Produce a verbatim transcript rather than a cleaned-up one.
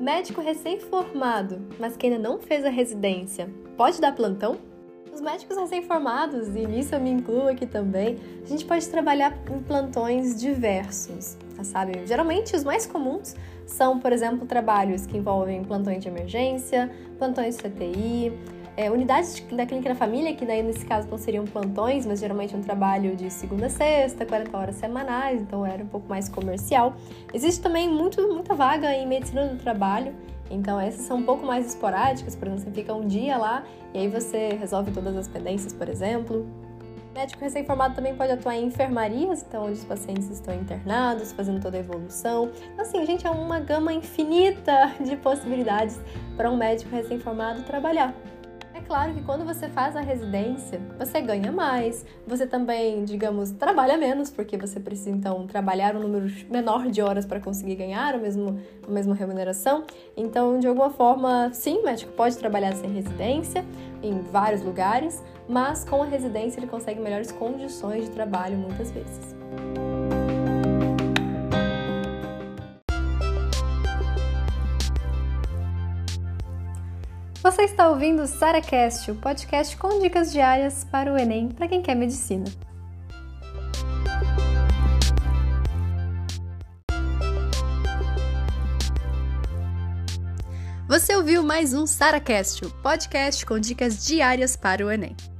Médico recém-formado, mas que ainda não fez a residência, pode dar plantão? Os médicos recém-formados, e nisso eu me incluo aqui também, a gente pode trabalhar em plantões diversos, sabe? Geralmente os mais comuns são, por exemplo, trabalhos que envolvem plantões de emergência, plantões de C T I, é, unidades da clínica da família, que daí nesse caso não seriam plantões, mas geralmente é um trabalho de segunda a sexta, quarenta horas semanais, então era um pouco mais comercial. Existe também muito, muita vaga em medicina do trabalho, então essas são um pouco mais esporádicas, por exemplo, você fica um dia lá e aí você resolve todas as pendências, por exemplo. O médico recém-formado também pode atuar em enfermarias, então onde os pacientes estão internados, fazendo toda a evolução. Então, assim, gente, é uma gama infinita de possibilidades para um médico recém-formado trabalhar. É claro que quando você faz a residência, você ganha mais, você também, digamos, trabalha menos, porque você precisa, então, trabalhar um número menor de horas para conseguir ganhar o mesmo, a mesma remuneração. Então, de alguma forma, sim, o médico pode trabalhar sem residência em vários lugares, mas com a residência ele consegue melhores condições de trabalho muitas vezes. Você está ouvindo o SaraCast, o podcast com dicas diárias para o Enem para quem quer medicina. Você ouviu mais um SaraCast, o podcast com dicas diárias para o Enem.